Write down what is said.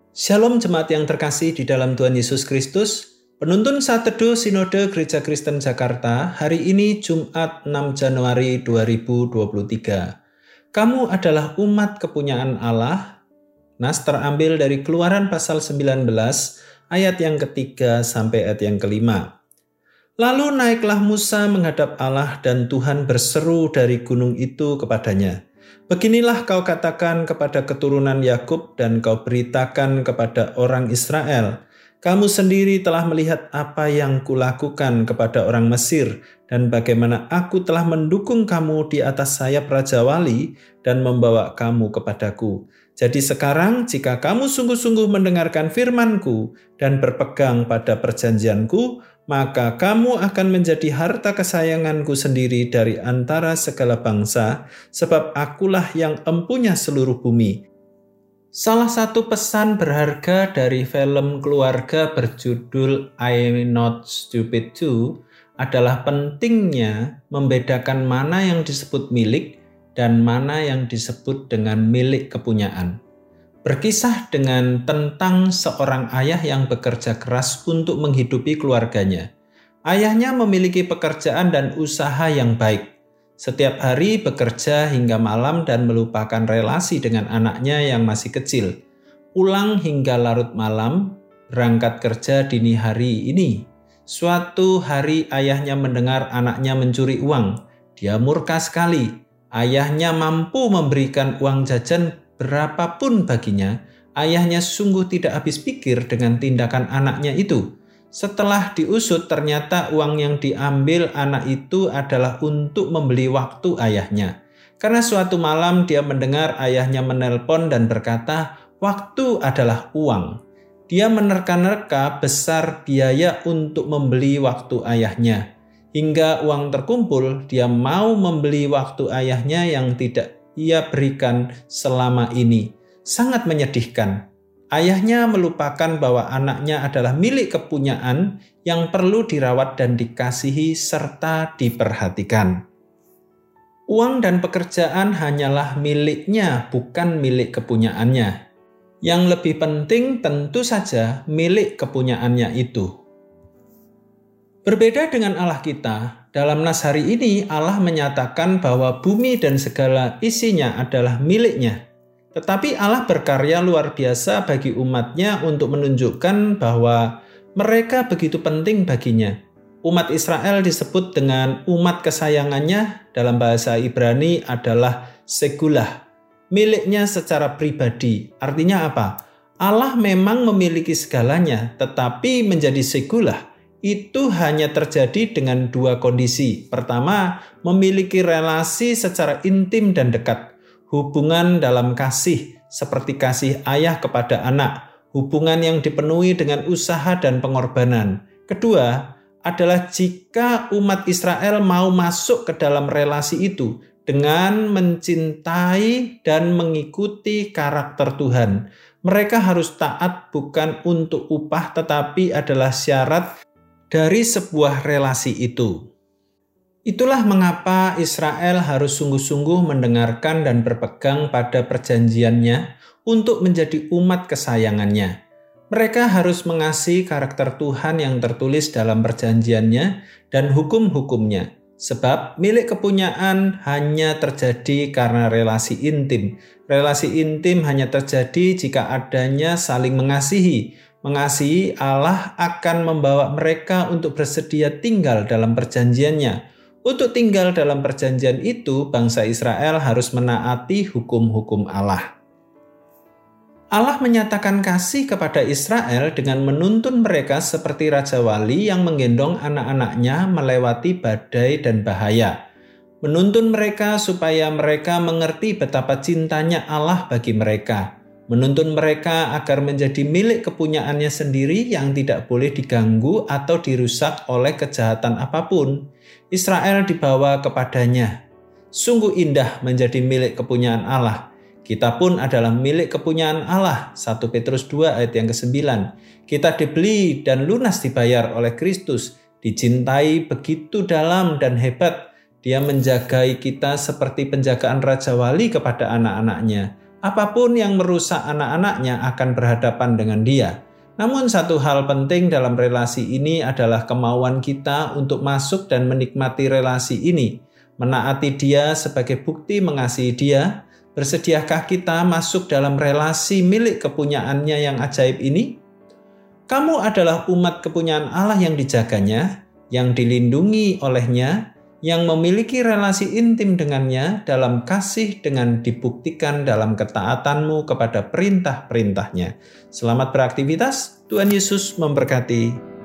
Shalom jemaat yang terkasih di dalam Tuhan Yesus Kristus. Penuntun Saat Teduh Sinode Gereja Kristen Jakarta hari ini Jumat 6 Januari 2023. Kamu adalah umat kepunyaan Allah. Nas terambil dari Keluaran pasal 19 ayat yang ketiga sampai ayat yang kelima. Lalu naiklah Musa menghadap Allah dan Tuhan berseru dari gunung itu kepadanya. Beginilah kau katakan kepada keturunan Yakub dan kau beritakan kepada orang Israel. Kamu sendiri telah melihat apa yang kulakukan kepada orang Mesir dan bagaimana aku telah mendukung kamu di atas sayap Raja Wali dan membawa kamu kepadaku. Jadi sekarang jika kamu sungguh-sungguh mendengarkan firman-Ku dan berpegang pada perjanjian-Ku, maka kamu akan menjadi harta kesayangan-Ku sendiri dari antara segala bangsa, sebab akulah yang empunya seluruh bumi. Salah satu pesan berharga dari film keluarga berjudul I'm Not Stupid Too adalah pentingnya membedakan mana yang disebut milik dan mana yang disebut dengan milik kepunyaan. Berkisah tentang seorang ayah yang bekerja keras untuk menghidupi keluarganya. Ayahnya memiliki pekerjaan dan usaha yang baik. Setiap hari bekerja hingga malam dan melupakan relasi dengan anaknya yang masih kecil. Pulang hingga larut malam, berangkat kerja dini hari ini. Suatu hari ayahnya mendengar anaknya mencuri uang. Dia murka sekali. Ayahnya mampu memberikan uang jajan berapapun baginya, ayahnya sungguh tidak habis pikir dengan tindakan anaknya itu. Setelah diusut, ternyata uang yang diambil anak itu adalah untuk membeli waktu ayahnya. Karena suatu malam dia mendengar ayahnya menelpon dan berkata, "Waktu adalah uang." Dia menerka-nerka besar biaya untuk membeli waktu ayahnya. Hingga uang terkumpul, dia mau membeli waktu ayahnya yang tidak ia berikan selama ini. Sangat menyedihkan. Ayahnya melupakan bahwa anaknya adalah milik kepunyaan yang perlu dirawat dan dikasihi serta diperhatikan. Uang dan pekerjaan hanyalah miliknya, bukan milik kepunyaannya. Yang lebih penting tentu saja milik kepunyaannya itu. Berbeda dengan Allah kita, dalam nas hari ini Allah menyatakan bahwa bumi dan segala isinya adalah miliknya. Tetapi Allah berkarya luar biasa bagi umatnya untuk menunjukkan bahwa mereka begitu penting baginya. Umat Israel disebut dengan umat kesayangannya, dalam bahasa Ibrani adalah segulah. Miliknya secara pribadi. Artinya apa? Allah memang memiliki segalanya, tetapi menjadi segulah itu hanya terjadi dengan dua kondisi. Pertama, memiliki relasi secara intim dan dekat. Hubungan dalam kasih, seperti kasih ayah kepada anak. Hubungan yang dipenuhi dengan usaha dan pengorbanan. Kedua, adalah jika umat Israel mau masuk ke dalam relasi itu dengan mencintai dan mengikuti karakter Tuhan. Mereka harus taat bukan untuk upah, tetapi adalah syarat dari sebuah relasi itu. Itulah mengapa Israel harus sungguh-sungguh mendengarkan dan berpegang pada perjanjiannya untuk menjadi umat kesayangannya. Mereka harus mengasihi karakter Tuhan yang tertulis dalam perjanjiannya dan hukum-hukumnya. Sebab milik kepunyaan hanya terjadi karena relasi intim. Relasi intim hanya terjadi jika adanya saling mengasihi. Mengasihi Allah akan membawa mereka untuk bersedia tinggal dalam perjanjiannya. Untuk tinggal dalam perjanjian itu, bangsa Israel harus menaati hukum-hukum Allah. Allah menyatakan kasih kepada Israel dengan menuntun mereka seperti Raja Wali yang menggendong anak-anaknya melewati badai dan bahaya. Menuntun mereka supaya mereka mengerti betapa cintanya Allah bagi mereka. Menuntun mereka agar menjadi milik kepunyaannya sendiri yang tidak boleh diganggu atau dirusak oleh kejahatan apapun. Israel dibawa kepadanya. Sungguh indah menjadi milik kepunyaan Allah. Kita pun adalah milik kepunyaan Allah. 1 Petrus 2 ayat yang ke-9. Kita dibeli dan lunas dibayar oleh Kristus. Dicintai begitu dalam dan hebat. Dia menjagai kita seperti penjagaan Raja Wali kepada anak-anaknya. Apapun yang merusak anak-anaknya akan berhadapan dengan dia. Namun satu hal penting dalam relasi ini adalah kemauan kita untuk masuk dan menikmati relasi ini, menaati dia sebagai bukti mengasihi dia. Bersediakah kita masuk dalam relasi milik kepunyaannya yang ajaib ini? Kamu adalah umat kepunyaan Allah yang dijaganya, yang dilindungi olehnya, yang memiliki relasi intim dengannya dalam kasih dengan dibuktikan dalam ketaatanmu kepada perintah-perintahnya. Selamat beraktivitas, Tuhan Yesus memberkati.